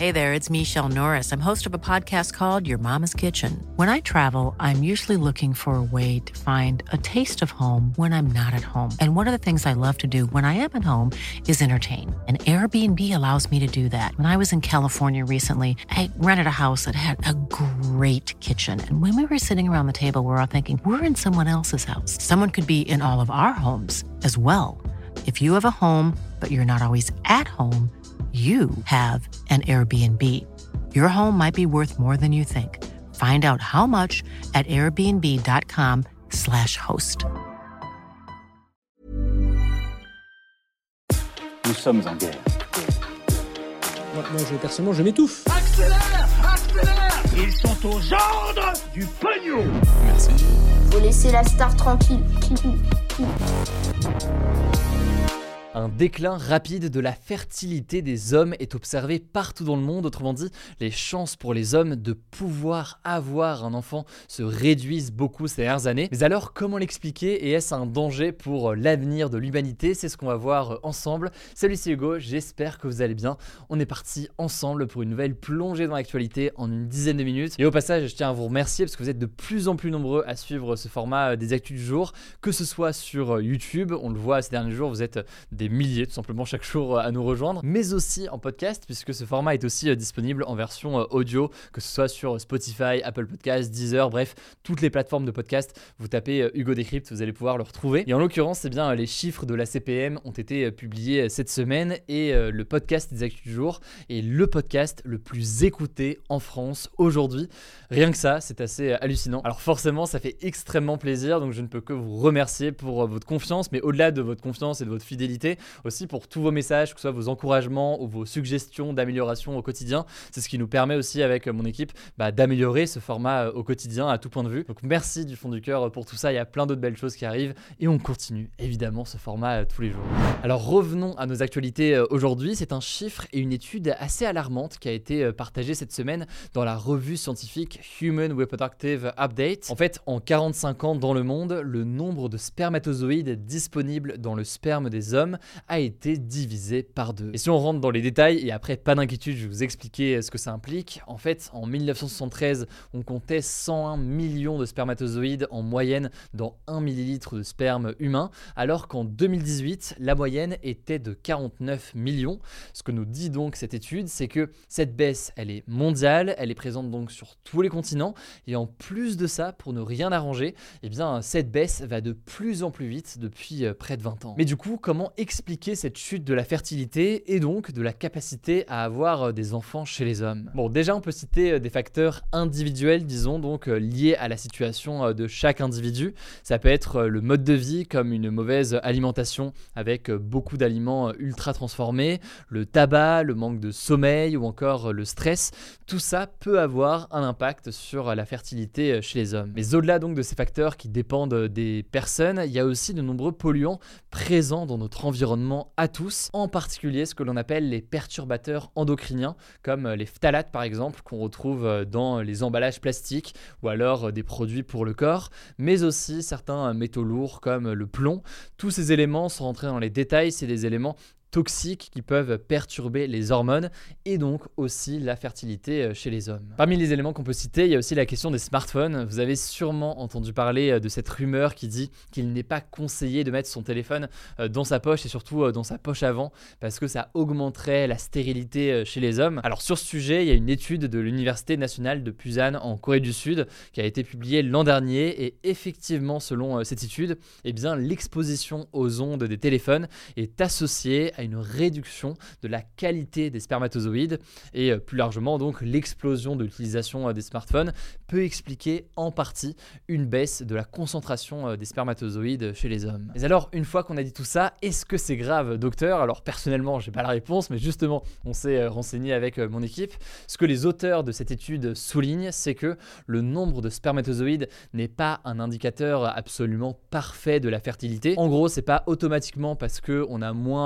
Hey there, it's Michelle Norris. I'm host of a podcast called Your Mama's Kitchen. When I travel, I'm usually looking for a way to find a taste of home when I'm not at home. And one of the things I love to do when I am at home is entertain. And Airbnb allows me to do that. When I was in California recently, I rented a house that had a great kitchen. And when we were sitting around the table, we were all thinking, we're in someone else's house. Someone could be in all of our homes as well. If you have a home, but you're not always at home, you have an Airbnb. Your home might be worth more than you think. Find out how much at airbnb.com/host. Nous sommes en guerre. Moi personnellement, je m'étouffe. Accélère! Accélère! Ils sont aux ordres du pognon! Merci. Faut laisser la star tranquille. Un déclin rapide de la fertilité des hommes est observé partout dans le monde. Autrement dit, les chances pour les hommes de pouvoir avoir un enfant se réduisent beaucoup ces dernières années. Mais alors, comment l'expliquer et est-ce un danger pour l'avenir de l'humanité? C'est ce qu'on va voir ensemble. Salut, c'est Hugo, j'espère que vous allez bien. On est parti ensemble pour une nouvelle plongée dans l'actualité en une dizaine de minutes. Et au passage, je tiens à vous remercier parce que vous êtes de plus en plus nombreux à suivre ce format des actus du jour, que ce soit sur YouTube, on le voit ces derniers jours, vous êtes des milliers tout simplement chaque jour à nous rejoindre, mais aussi en podcast puisque ce format est aussi disponible en version audio, que ce soit sur Spotify, Apple Podcasts, Deezer, bref, toutes les plateformes de podcast. Vous tapez Hugo Décrypte, vous allez pouvoir le retrouver. Et en l'occurrence, les chiffres de la CPM ont été publiés cette semaine et le podcast des actus du jour est le podcast le plus écouté en France aujourd'hui. Rien que ça, c'est assez hallucinant. Alors forcément, ça fait extrêmement plaisir, donc je ne peux que vous remercier pour votre confiance, mais au-delà de votre confiance et de votre fidélité, aussi pour tous vos messages, que ce soit vos encouragements ou vos suggestions d'amélioration au quotidien. C'est ce qui nous permet aussi avec mon équipe d'améliorer ce format au quotidien à tout point de vue. Donc merci du fond du cœur pour tout ça, il y a plein d'autres belles choses qui arrivent et on continue évidemment ce format tous les jours. Alors revenons à nos actualités aujourd'hui. C'est un chiffre et une étude assez alarmante qui a été partagée cette semaine dans la revue scientifique Human Reproductive Update. En fait, en 45 ans dans le monde, le nombre de spermatozoïdes disponibles dans le sperme des hommes a été divisé par 2. Et si on rentre dans les détails, et après pas d'inquiétude, je vais vous expliquer ce que ça implique. En fait, en 1973, on comptait 101 millions de spermatozoïdes en moyenne dans 1 millilitre de sperme humain, alors qu'en 2018, la moyenne était de 49 millions. Ce que nous dit donc cette étude, c'est que cette baisse, elle est mondiale, elle est présente donc sur tous les continents, et en plus de ça, pour ne rien arranger, cette baisse va de plus en plus vite depuis près de 20 ans. Mais du coup, comment expliquer cette chute de la fertilité et donc de la capacité à avoir des enfants chez les hommes? Bon, déjà on peut citer des facteurs individuels, disons, donc liés à la situation de chaque individu. Ça peut être le mode de vie, comme une mauvaise alimentation avec beaucoup d'aliments ultra transformés, le tabac, le manque de sommeil ou encore le stress. Tout ça peut avoir un impact sur la fertilité chez les hommes. Mais au-delà donc de ces facteurs qui dépendent des personnes, il y a aussi de nombreux polluants présents dans notre environnement à tous, en particulier ce que l'on appelle les perturbateurs endocriniens, comme les phtalates par exemple, qu'on retrouve dans les emballages plastiques ou alors des produits pour le corps, mais aussi certains métaux lourds comme le plomb. Tous ces éléments, sans rentrer dans les détails, c'est des éléments toxiques qui peuvent perturber les hormones et donc aussi la fertilité chez les hommes. Parmi les éléments qu'on peut citer, il y a aussi la question des smartphones. Vous avez sûrement entendu parler de cette rumeur qui dit qu'il n'est pas conseillé de mettre son téléphone dans sa poche et surtout dans sa poche avant parce que ça augmenterait la stérilité chez les hommes. Alors sur ce sujet, il y a une étude de l'Université nationale de Busan en Corée du Sud qui a été publiée l'an dernier et effectivement selon cette étude, l'exposition aux ondes des téléphones est associée à une réduction de la qualité des spermatozoïdes et plus largement donc l'explosion de l'utilisation des smartphones peut expliquer en partie une baisse de la concentration des spermatozoïdes chez les hommes. Mais alors une fois qu'on a dit tout ça, est-ce que c'est grave docteur? Alors personnellement j'ai pas la réponse, mais justement on s'est renseigné avec mon équipe. Ce que les auteurs de cette étude soulignent, c'est que le nombre de spermatozoïdes n'est pas un indicateur absolument parfait de la fertilité. En gros, c'est pas automatiquement parce qu'on a moins de spermatozoïdes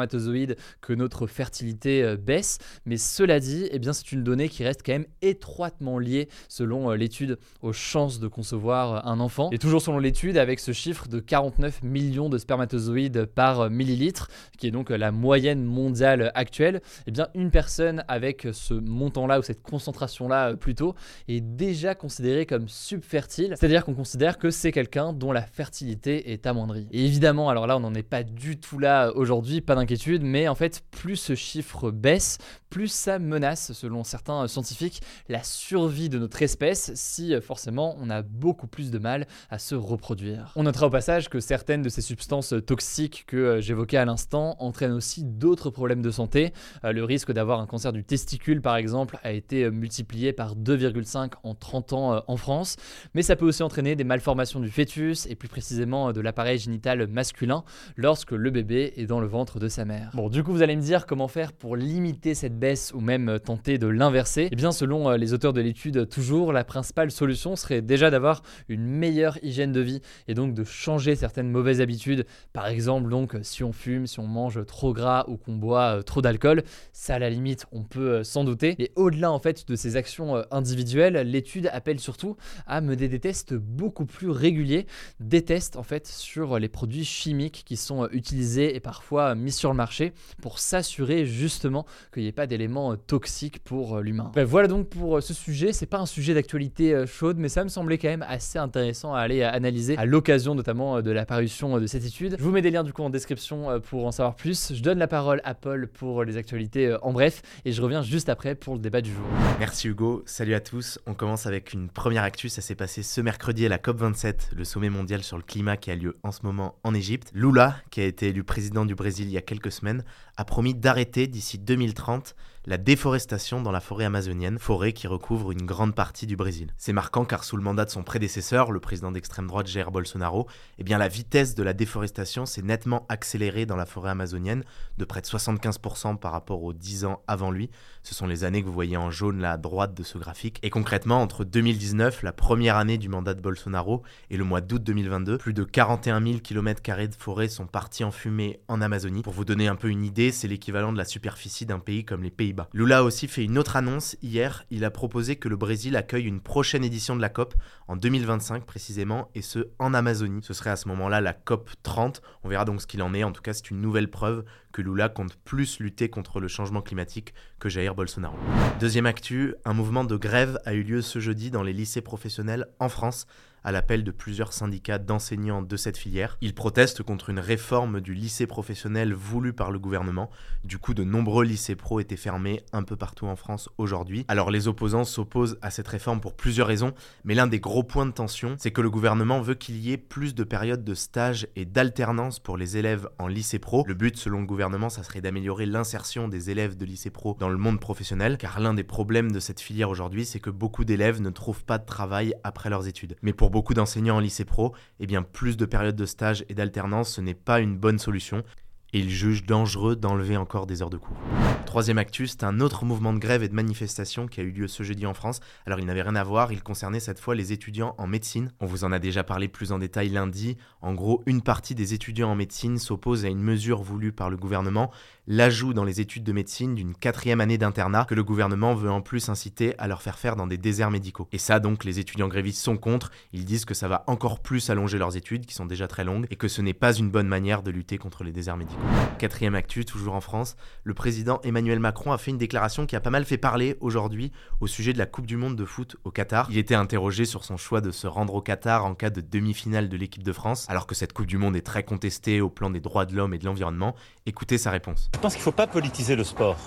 spermatozoïdes que notre fertilité baisse. Mais cela dit, eh bien, c'est une donnée qui reste quand même étroitement liée, selon l'étude, aux chances de concevoir un enfant. Et toujours selon l'étude, avec ce chiffre de 49 millions de spermatozoïdes par millilitre, qui est donc la moyenne mondiale actuelle, eh bien, une personne avec ce montant-là, ou cette concentration-là plutôt, est déjà considérée comme subfertile, c'est-à-dire qu'on considère que c'est quelqu'un dont la fertilité est amoindrie. Et évidemment, alors là, on n'en est pas du tout là aujourd'hui, pas d'inquiétude, mais en fait, plus ce chiffre baisse, plus ça menace, selon certains scientifiques, la survie de notre espèce si forcément on a beaucoup plus de mal à se reproduire. On notera au passage que certaines de ces substances toxiques que j'évoquais à l'instant entraînent aussi d'autres problèmes de santé. Le risque d'avoir un cancer du testicule, par exemple, a été multiplié par 2,5 en 30 ans en France, mais ça peut aussi entraîner des malformations du fœtus et plus précisément de l'appareil génital masculin lorsque le bébé est dans le ventre de sa mère. Bon, du coup, vous allez me dire comment faire pour limiter cette baisse ou même tenter de l'inverser. Eh bien, selon les auteurs de l'étude, toujours, la principale solution serait déjà d'avoir une meilleure hygiène de vie et donc de changer certaines mauvaises habitudes. Par exemple, donc, si on fume, si on mange trop gras ou qu'on boit trop d'alcool, ça à la limite, on peut s'en douter. Et au-delà en fait de ces actions individuelles, l'étude appelle surtout à mener des tests beaucoup plus réguliers, des tests en fait sur les produits chimiques qui sont utilisés et parfois mis sur le marché pour s'assurer justement qu'il n'y ait pas d'éléments toxiques pour l'humain. Bref, voilà donc pour ce sujet. C'est pas un sujet d'actualité chaude, mais ça me semblait quand même assez intéressant à aller analyser à l'occasion notamment de la parution de cette étude. Je vous mets des liens du coup en description pour en savoir plus. Je donne la parole à Paul pour les actualités en bref et je reviens juste après pour le débat du jour. Merci Hugo, salut à tous. On commence avec une première actu, ça s'est passé ce mercredi à la COP27, le sommet mondial sur le climat qui a lieu en ce moment en Égypte. Lula, qui a été élu président du Brésil il y a quelques semaines, a promis d'arrêter d'ici 2030 la déforestation dans la forêt amazonienne, forêt qui recouvre une grande partie du Brésil. C'est marquant car sous le mandat de son prédécesseur, le président d'extrême droite Jair Bolsonaro, eh bien la vitesse de la déforestation s'est nettement accélérée dans la forêt amazonienne, de près de 75% par rapport aux 10 ans avant lui. Ce sont les années que vous voyez en jaune là à droite de ce graphique. Et concrètement, entre 2019, la première année du mandat de Bolsonaro, et le mois d'août 2022, plus de 41 000 km² de forêt sont partis en fumée en Amazonie. Pour vous donner un peu une idée, c'est l'équivalent de la superficie d'un pays comme les Pays-Bas. Lula a aussi fait une autre annonce hier. Il a proposé que le Brésil accueille une prochaine édition de la COP en 2025 précisément, et ce en Amazonie. Ce serait à ce moment-là la COP 30. On verra donc ce qu'il en est. En tout cas, c'est une nouvelle preuve que Lula compte plus lutter contre le changement climatique que Jair Bolsonaro. Deuxième actu, un mouvement de grève a eu lieu ce jeudi dans les lycées professionnels en France, à l'appel de plusieurs syndicats d'enseignants de cette filière. Ils protestent contre une réforme du lycée professionnel voulue par le gouvernement. Du coup, de nombreux lycées pro étaient fermés un peu partout en France aujourd'hui. Alors les opposants s'opposent à cette réforme pour plusieurs raisons, mais l'un des gros points de tension, c'est que le gouvernement veut qu'il y ait plus de périodes de stage et d'alternance pour les élèves en lycée pro. Le but, selon le gouvernement, ça serait d'améliorer l'insertion des élèves de lycée pro dans le monde professionnel, car l'un des problèmes de cette filière aujourd'hui, c'est que beaucoup d'élèves ne trouvent pas de travail après leurs études. Mais pour beaucoup d'enseignants en lycée pro, eh bien plus de périodes de stage et d'alternance, ce n'est pas une bonne solution. Et ils jugent dangereux d'enlever encore des heures de cours. Troisième actu, c'est un autre mouvement de grève et de manifestation qui a eu lieu ce jeudi en France. Alors il n'avait rien à voir, il concernait cette fois les étudiants en médecine. On vous en a déjà parlé plus en détail lundi. En gros, une partie des étudiants en médecine s'oppose à une mesure voulue par le gouvernement, l'ajout dans les études de médecine d'une 4e année d'internat que le gouvernement veut en plus inciter à leur faire dans des déserts médicaux. Et ça donc, les étudiants grévistes sont contre. Ils disent que ça va encore plus allonger leurs études, qui sont déjà très longues, et que ce n'est pas une bonne manière de lutter contre les déserts médicaux. Quatrième actu, toujours en France, le président Emmanuel Macron a fait une déclaration qui a pas mal fait parler aujourd'hui au sujet de la Coupe du Monde de foot au Qatar. Il était interrogé sur son choix de se rendre au Qatar en cas de demi-finale de l'équipe de France, alors que cette Coupe du Monde est très contestée au plan des droits de l'homme et de l'environnement. Écoutez sa réponse. Je pense qu'il ne faut pas politiser le sport.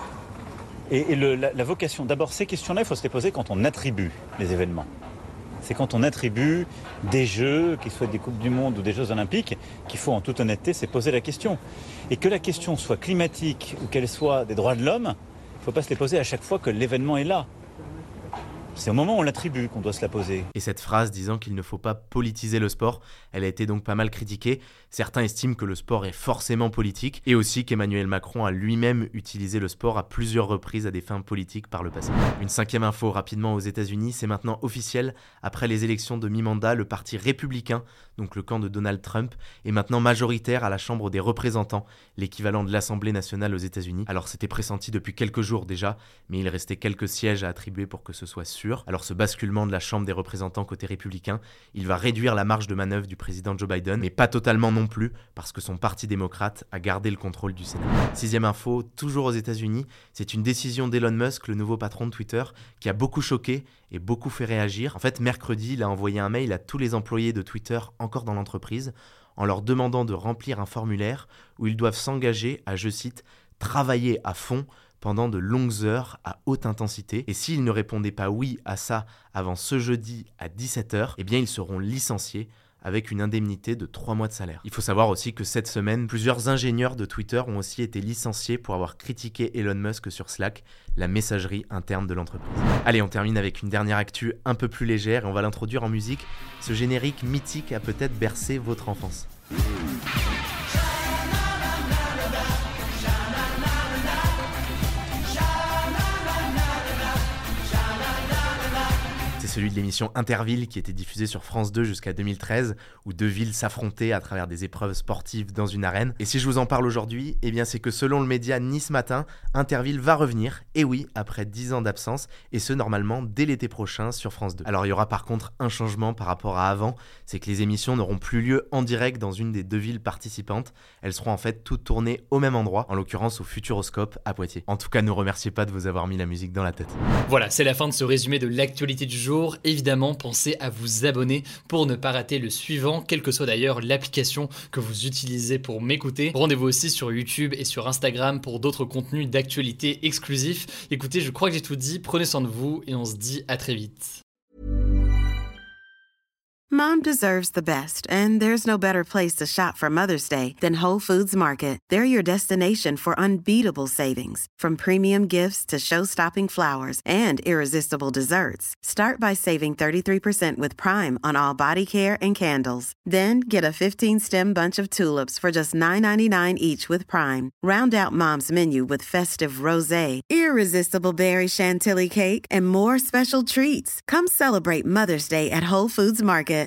Et la vocation, d'abord, ces questions-là, il faut se les poser quand on attribue les événements. C'est quand on attribue des jeux, qu'ils soient des Coupes du Monde ou des Jeux Olympiques, qu'il faut en toute honnêteté se poser la question. Et que la question soit climatique ou qu'elle soit des droits de l'homme, il ne faut pas se les poser à chaque fois que l'événement est là. C'est au moment où on l'attribue qu'on doit se la poser. Et cette phrase disant qu'il ne faut pas politiser le sport, elle a été donc pas mal critiquée. Certains estiment que le sport est forcément politique, et aussi qu'Emmanuel Macron a lui-même utilisé le sport à plusieurs reprises à des fins politiques par le passé. Une 5e info rapidement aux États-Unis, c'est maintenant officiel. Après les élections de mi-mandat, le parti républicain, donc le camp de Donald Trump, est maintenant majoritaire à la Chambre des représentants, l'équivalent de l'Assemblée nationale aux États-Unis. Alors c'était pressenti depuis quelques jours déjà, mais il restait quelques sièges à attribuer pour que ce soit sûr. Alors ce basculement de la Chambre des représentants côté républicain, il va réduire la marge de manœuvre du président Joe Biden, mais pas totalement non plus, parce que son parti démocrate a gardé le contrôle du Sénat. Sixième info, toujours aux États-Unis, c'est une décision d'Elon Musk, le nouveau patron de Twitter, qui a beaucoup choqué et beaucoup fait réagir. En fait, mercredi, il a envoyé un mail à tous les employés de Twitter encore dans l'entreprise en leur demandant de remplir un formulaire où ils doivent s'engager à, je cite, « travailler à fond » pendant de longues heures à haute intensité. Et s'ils ne répondaient pas oui à ça avant ce jeudi à 17h, eh bien ils seront licenciés avec une indemnité de 3 mois de salaire. Il faut savoir aussi que cette semaine, plusieurs ingénieurs de Twitter ont aussi été licenciés pour avoir critiqué Elon Musk sur Slack, la messagerie interne de l'entreprise. Allez, on termine avec une dernière actu un peu plus légère et on va l'introduire en musique. Ce générique mythique a peut-être bercé votre enfance. Celui de l'émission Interville qui était diffusée sur France 2 jusqu'à 2013, où deux villes s'affrontaient à travers des épreuves sportives dans une arène. Et si je vous en parle aujourd'hui, eh bien c'est que selon le média Nice Matin, Interville va revenir, et oui, après 10 ans d'absence, et ce normalement dès l'été prochain sur France 2. Alors il y aura par contre un changement par rapport à avant, c'est que les émissions n'auront plus lieu en direct dans une des deux villes participantes, elles seront en fait toutes tournées au même endroit, en l'occurrence au Futuroscope à Poitiers. En tout cas, ne remerciez pas de vous avoir mis la musique dans la tête. Voilà, c'est la fin de ce résumé de l'actualité du jour. Évidemment, pensez à vous abonner pour ne pas rater le suivant, quelle que soit d'ailleurs l'application que vous utilisez pour m'écouter. Rendez-vous aussi sur YouTube et sur Instagram pour d'autres contenus d'actualité exclusifs. Écoutez, je crois que j'ai tout dit, prenez soin de vous et on se dit à très vite. Mom deserves the best, and there's no better place to shop for Mother's Day than Whole Foods Market. They're your destination for unbeatable savings, from premium gifts to show-stopping flowers and irresistible desserts. Start by saving 33% with Prime on all body care and candles. Then get a 15-stem bunch of tulips for just $9.99 each with Prime. Round out Mom's menu with festive rosé, irresistible berry chantilly cake, and more special treats. Come celebrate Mother's Day at Whole Foods Market.